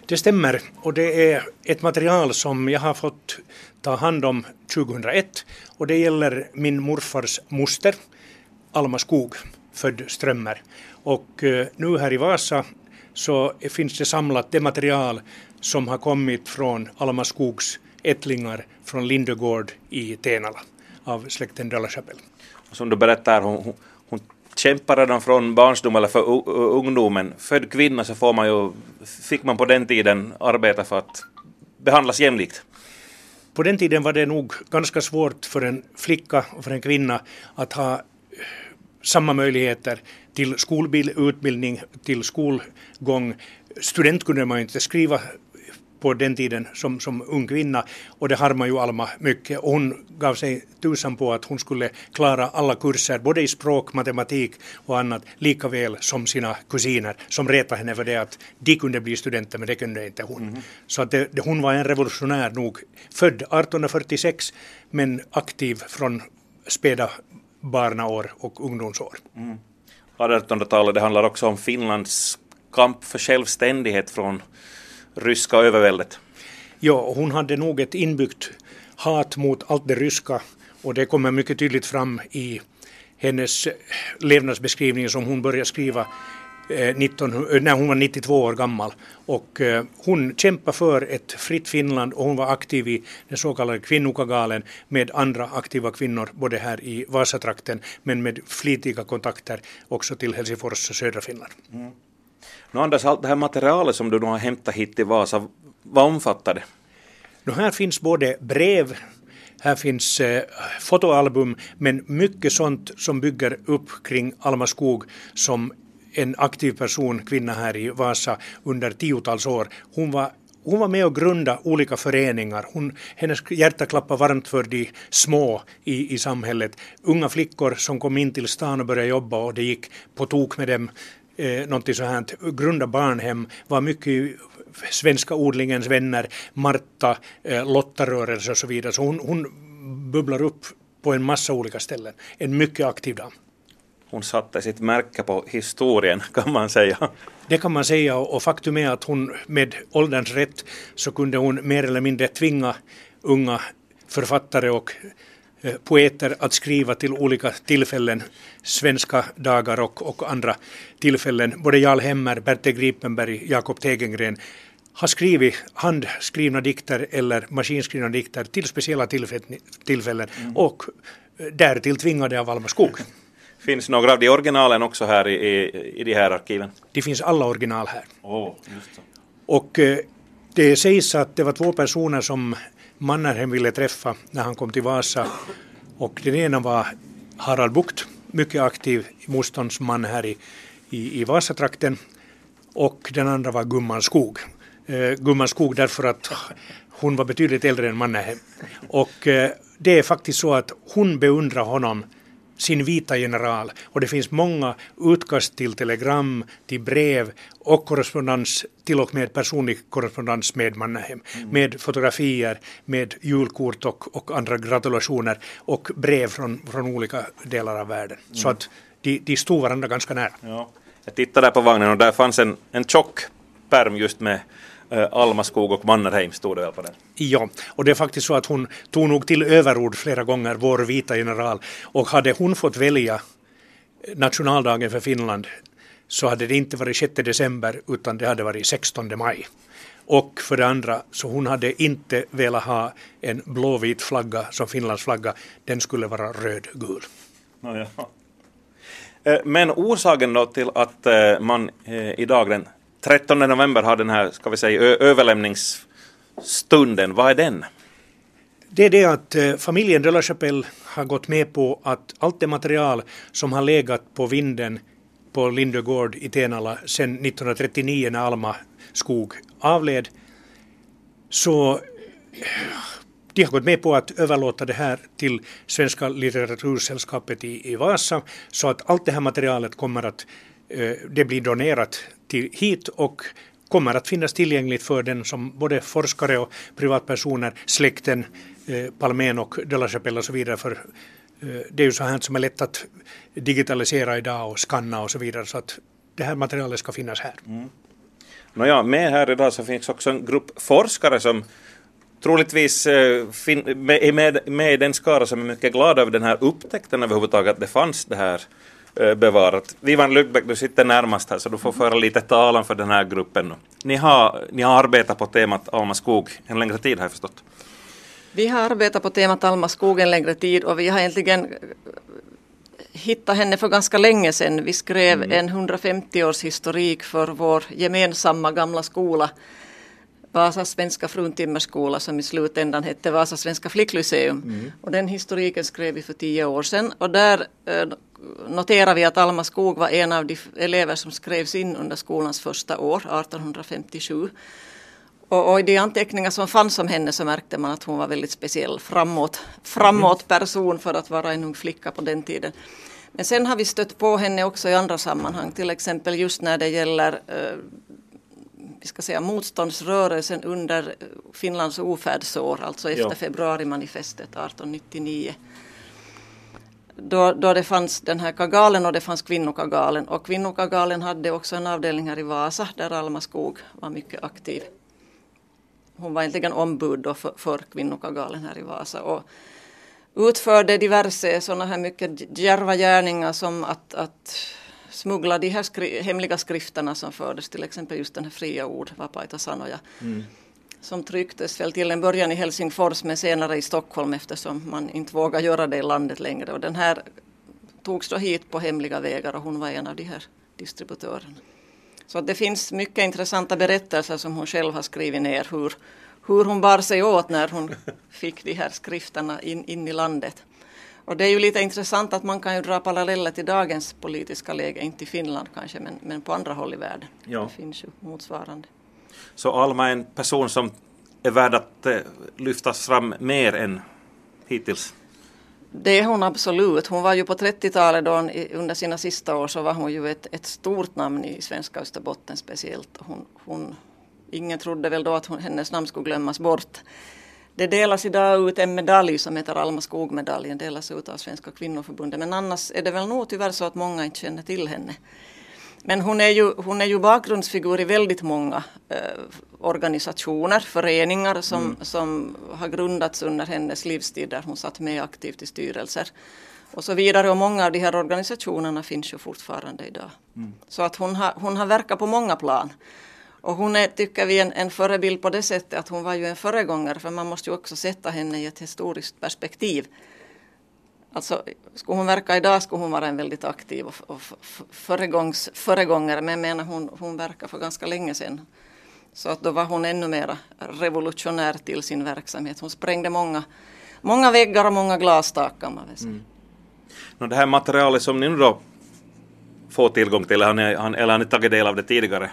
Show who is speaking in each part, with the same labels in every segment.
Speaker 1: Det stämmer, och det är ett material som jag har fått ta hand om 2001, och det gäller min morfars moster, Alma Skog, född Strömmer. Och nu här i Vasa så finns det samlat det material som har kommit från Alma Skogs ättlingar från Lindögård i Tenala av släkten de la Chapelle.
Speaker 2: Som du berättar, hon kämpar redan från barnsdom eller för ungdomen. Född kvinna så fick man på den tiden arbeta för att behandlas jämlikt.
Speaker 1: På den tiden var det nog ganska svårt för en flicka och för en kvinna att ha samma möjligheter till utbildning, till skolgång. Student kunde man inte skriva på den tiden som ung kvinna, och det har man ju Alma mycket. Och hon gav sig tusan på att hon skulle klara alla kurser, både i språk, matematik och annat, lika väl som sina kusiner, som retade henne för det att de kunde bli studenter, men det kunde inte hon. Mm. Så att hon var en revolutionär nog, född 1846, men aktiv från späda barnaår och ungdomsår. Mm.
Speaker 2: 1800-talet, det handlar också om Finlands kamp för självständighet från ryska överväldet.
Speaker 1: Ja, hon hade nog ett inbyggt hat mot allt det ryska, och det kommer mycket tydligt fram i hennes levnadsbeskrivning som hon började skriva när hon var 92 år gammal. Och hon kämpade för ett fritt Finland, och hon var aktiv i den så kallade kvinnokagalen med andra aktiva kvinnor både här i Vasatrakten, men med flitiga kontakter också till Helsingfors och södra Finland. Mm.
Speaker 2: Nu Anders, allt det här materialet som du har hämtat hit till Vasa, vad omfattar det?
Speaker 1: Här finns både brev, här finns fotoalbum, men mycket sånt som bygger upp kring Alma Skog som en aktiv person, kvinna här i Vasa under 10-tals år. Hon var med och grundade olika föreningar. Hennes hjärta klappade varmt för de små i samhället. Unga flickor som kom in till stan och började jobba, och det gick på tok med dem. Någonting så här, grunda barnhem, var mycket Svenska odlingens vänner, Marta, Lottarörelse och så vidare. Så hon bubblar upp på en massa olika ställen. En mycket aktiv dam.
Speaker 2: Hon satte sitt märke på historien, kan man säga.
Speaker 1: Det kan man säga, och faktum är att hon med ålderns rätt så kunde hon mer eller mindre tvinga unga författare och poeter att skriva till olika tillfällen, svenska dagar och andra tillfällen. Både Jarl Hemmer, Bertil Gripenberg, Jakob Tegengren har skrivit handskrivna dikter eller maskinskrivna dikter till speciella tillfällen, och därtill tvingade av Alma Skog.
Speaker 2: Finns några av de originalen också här i de här arkiven?
Speaker 1: Det finns alla original här.
Speaker 2: Just så.
Speaker 1: Och det sägs att det var 2 personer som Mannerheim ville träffa när han kom till Vasa, och den ena var Harald Bucht, mycket aktiv motståndsman här i Vasatrakten, och den andra var Gumman Skog. Gumman Skog därför att hon var betydligt äldre än Mannerheim. Och det är faktiskt så att hon beundrar honom, sin vita general, och det finns många utkast till telegram, till brev och korrespondens, till och med personlig korrespondens med Mannerheim, med fotografier, med julkort och andra gratulationer och brev från olika delar av världen. Så att de stod varandra ganska nära.
Speaker 2: Ja. Jag tittade där på vagnen, och där fanns en tjock pärm just med Alma Skog och Mannerheim, stod det väl på den.
Speaker 1: Ja, och det är faktiskt så att hon tog nog till överord flera gånger, vår vita general, och hade hon fått välja nationaldagen för Finland så hade det inte varit 6 december utan det hade varit 16 maj. Och för det andra, så hon hade inte velat ha en blåvit flagga som Finlands flagga, den skulle vara röd-gul.
Speaker 2: Ja. Men orsaken då till att man idag den 13 november har den här, ska vi säga, överlämningsstunden, vad är den?
Speaker 1: Det är det att familjen de la Chapelle har gått med på att allt det material som har legat på vinden på Lindögård i Tenala sedan 1939 när Alma Skog avled, så de har gått med på att överlåta det här till Svenska litteratursällskapet i Vasa, så att allt det här materialet kommer att det blir donerat hit och kommer att finnas tillgängligt för den som både forskare och privatpersoner, släkten, Palmén och de la Chapelle och så vidare, för det är ju så här som är lätt att digitalisera idag och skanna och så vidare, så att det här materialet ska finnas här.
Speaker 2: Med här idag så finns också en grupp forskare som troligtvis är med i den skara som är mycket glad över den här upptäckten överhuvudtaget att det fanns det här bevarat. Vivan Lyckbäck, du sitter närmast här så du får föra lite talan för den här gruppen. Ni har arbetat på temat Alma skog en längre tid har jag förstått.
Speaker 3: Vi har arbetat på temat Alma skog en längre tid och vi har egentligen hittat henne för ganska länge sedan. Vi skrev en 150-års historik för vår gemensamma gamla skola, Vasas svenska fruntimmerskola, som i slutändan hette Vasas svenska flicklyceum. Och den historiken skrev vi för 10 år sedan. Och där noterar vi att Alma skog var en av de elever som skrevs in under skolans första år, 1857. Och i de anteckningar som fanns om henne så märkte man att hon var väldigt speciell, framåt person för att vara en ung flicka på den tiden. Men sen har vi stött på henne också i andra sammanhang, till exempel just när det gäller motståndsrörelsen under Finlands ofärdsår, alltså efter februarimanifestet 1899. Då det fanns den här kagalen och det fanns kvinnokagalen. Och kvinnokagalen hade också en avdelning här i Vasa där Alma skog var mycket aktiv. Hon var egentligen ombud då för kvinnokagalen här i Vasa och utförde diverse sådana här mycket djärva gärningar som att smuggla de här hemliga skrifterna som fördes, till exempel just den här fria ord, Vapaita sanoja, som trycktes väl till en början i Helsingfors men senare i Stockholm eftersom man inte vågar göra det i landet längre. Och den här togs då hit på hemliga vägar och hon var en av de här distributörerna. Så det finns mycket intressanta berättelser som hon själv har skrivit ner hur hon bar sig åt när hon fick de här skrifterna in i landet. Och det är ju lite intressant att man kan ju dra paralleller till dagens politiska läge, inte i Finland kanske, men på andra håll i världen. Ja. Det finns ju motsvarande.
Speaker 2: Så Alma är en person som är värd att lyftas fram mer än hittills?
Speaker 3: Det är hon absolut. Hon var ju på 30-talet då, under sina sista år så var hon ju ett stort namn i svenska Österbotten speciellt. Ingen trodde väl då att hennes namn skulle glömmas bort. Det delas idag ut en medalj som heter Alma skog-medaljen, delas ut av Svenska kvinnoförbundet. Men annars är det väl nog tyvärr så att många inte känner till henne. Men hon är ju bakgrundsfigur i väldigt många organisationer, föreningar som har grundats under hennes livstid där hon satt med aktivt i styrelser och så vidare. Och många av de här organisationerna finns ju fortfarande idag. Så att hon har verkat på många plan. Och hon är, tycker vi, en förebild på det sättet att hon var ju en föregångare, för man måste ju också sätta henne i ett historiskt perspektiv. Alltså, skulle hon verka idag skulle hon vara en väldigt aktiv och föregångare, men jag menar hon verkar för ganska länge sedan. Så att då var hon ännu mer revolutionär till sin verksamhet. Hon sprängde många väggar och många glastak, kan man väl säga.
Speaker 2: Det här materialet som ni nu då får tillgång till, eller har ni tagit del av det tidigare?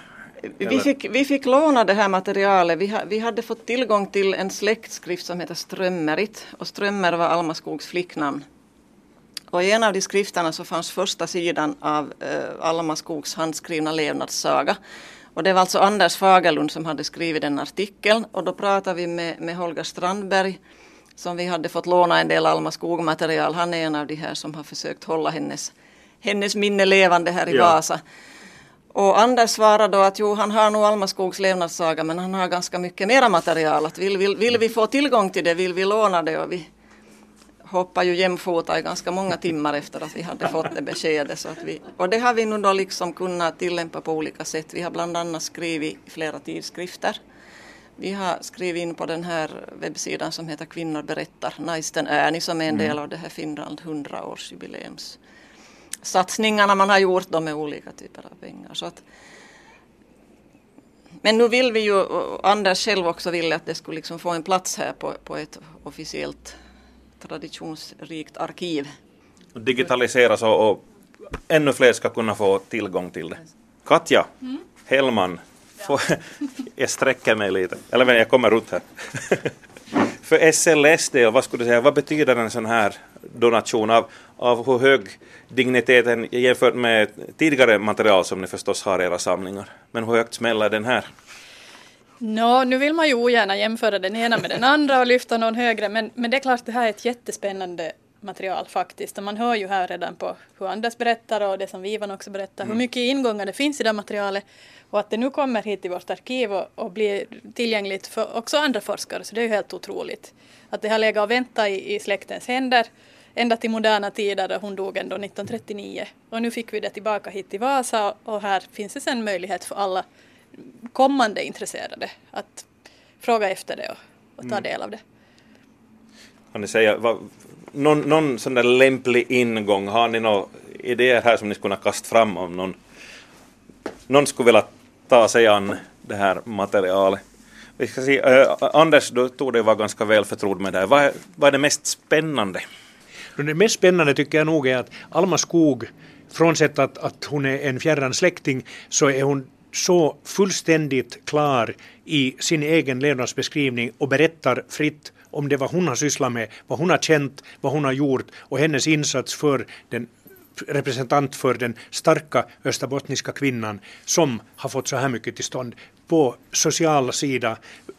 Speaker 3: Vi fick låna det här materialet. Vi hade fått tillgång till en släktskrift som heter Strömmerit. Och Strömmer var Alma skogs flicknamn. Och i en av de skrifterna så fanns första sidan av Alma skogs handskrivna levnadssaga. Och det var alltså Anders Fagerlund som hade skrivit den artikeln. Och då pratade vi med Holger Strandberg som vi hade fått låna en del Alma skog-material. Han är en av de här som har försökt hålla hennes minne levande här i Vasa. Och Anders svarade då att han har nog Alma skogs levnadssaga, men han har ganska mycket mera material. Att vill vi få tillgång till det, vill vi låna det? Och vi hoppade ju jämfota i ganska många timmar efter att vi hade fått det beskedet. Så att och det har vi nu då liksom kunnat tillämpa på olika sätt. Vi har bland annat skrivit flera tidskrifter. Vi har skrivit in på den här webbsidan som heter Kvinnor berättar, Naisten ääni, som är en del av det här Finland 100-årsjubileums. Satsningarna man har gjort då med olika typer av pengar. Så att, men nu vill vi ju, Anders själv också ville att det skulle liksom få en plats här på ett officiellt traditionsrikt arkiv.
Speaker 2: Digitaliseras och ännu fler ska kunna få tillgång till det. Katja Hellman, jag sträcker mig lite. Eller jag kommer runt här. För SLSD, vad skulle du säga, vad betyder en sån här donation av hur hög digniteten jämfört med tidigare material som ni förstås har i era samlingar? Men hur högt smäller den här?
Speaker 4: Nu vill man ju ogärna jämföra den ena med den andra och lyfta någon högre, men det är klart det här är ett jättespännande material faktiskt. Och man hör ju här redan på hur Anders berättar och det som Vivan också berättar, hur mycket ingångar det finns i det materialet. Och att det nu kommer hit i vårt arkiv och blir tillgängligt för också andra forskare. Så det är ju helt otroligt. Att det har legat och väntat i släktens händer ända till moderna tider, där hon dog ändå 1939. Och nu fick vi det tillbaka hit till Vasa, och här finns det sen möjlighet för alla kommande intresserade att fråga efter det och ta del av det.
Speaker 2: Kan ni säga, någon sån där lämplig ingång, har ni några idéer här som ni skulle kunna kasta fram om någon skulle vilja ta sig an det här materialet? Vi ska se, Anders, du tog det var ganska väl förtrodd med det här. Vad är det mest spännande?
Speaker 1: Det mest spännande tycker jag nog är att Alma Skog, frånsett att hon är en fjärran släkting, så är hon så fullständigt klar i sin egen levnadsbeskrivning och berättar fritt om det vad hon har sysslat med, vad hon har känt, vad hon har gjort, och hennes insats för den representant för den starka österbottniska kvinnan som har fått så här mycket till stånd på sociala sida,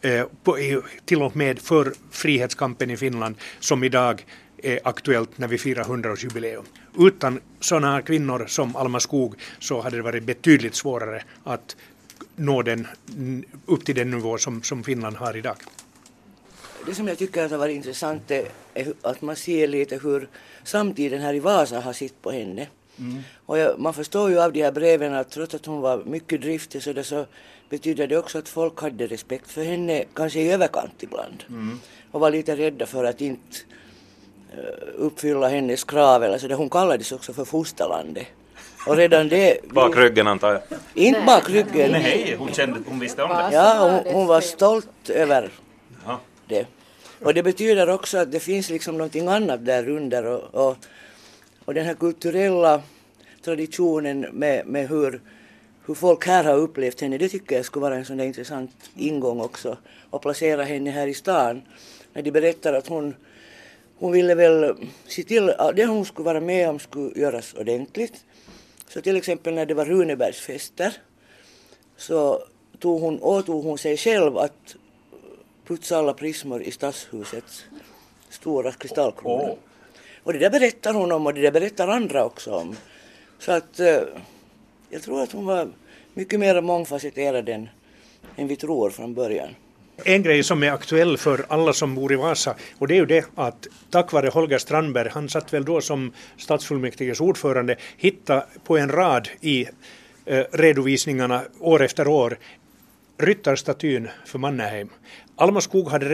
Speaker 1: till och med för frihetskampen i Finland som idag är aktuellt när vi firar 100-årsjubileum. Utan sådana här kvinnor som Alma Skog så hade det varit betydligt svårare att nå den upp till den nivå som Finland har idag.
Speaker 5: Det som jag tycker har varit intressant är att man ser lite hur samtiden här i Vasa har sitt på henne. Och man förstår ju av de här breven att trots att hon var mycket driftig så betyder det också att folk hade respekt för henne, kanske i överkant ibland. Och var lite rädda för att inte uppfylla hennes krav. Eller så det, hon kallades också för fosterlandet. Och redan det...
Speaker 2: Bakryggen antar jag.
Speaker 5: Inte bakryggen.
Speaker 2: Nej, hon visste om det.
Speaker 5: Ja, hon var stolt över det. Och det betyder också att det finns liksom någonting annat där under. Och den här kulturella traditionen med hur folk här har upplevt henne, det tycker jag skulle vara en sån där intressant ingång också. Och placera henne här i stan. När de berättar att hon ville väl se till att det hon skulle vara med om skulle göras ordentligt. Så till exempel när det var Runebergsfester så åtog hon sig själv att putsa alla prismor i stadshusets stora kristallkronor. Och det där berättar hon om, och det där berättar andra också om. Så att jag tror att hon var mycket mer mångfacetterad än vi tror från början.
Speaker 1: En grej som är aktuell för alla som bor i Vasa, och det är ju det att tack vare Holger Strandberg, han satt väl då som stadsfullmäktiges ordförande, hitta på en rad i redovisningarna år efter år ryttarstatyn för Mannerheim. Alma Skog hade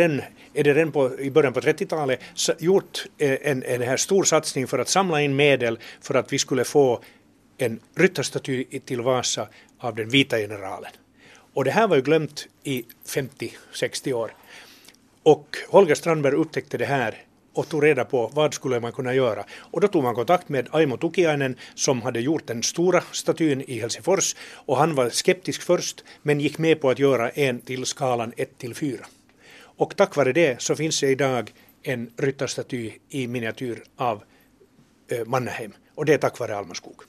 Speaker 1: i början på 30-talet gjort en här stor satsning för att samla in medel för att vi skulle få en ryttarstaty till Vasa av den vita generalen. Och det här var ju glömt i 50-60 år. Och Holger Strandberg upptäckte det här och tog reda på vad skulle man kunna göra. Och då tog man kontakt med Aimo Tukiainen som hade gjort den stora statyn i Helsingfors. Och han var skeptisk först men gick med på att göra en till skalan 1:4. Och tack vare det så finns det idag en ryttarstaty i miniatyr av Mannerheim. Och det är tack vare Alma Skog.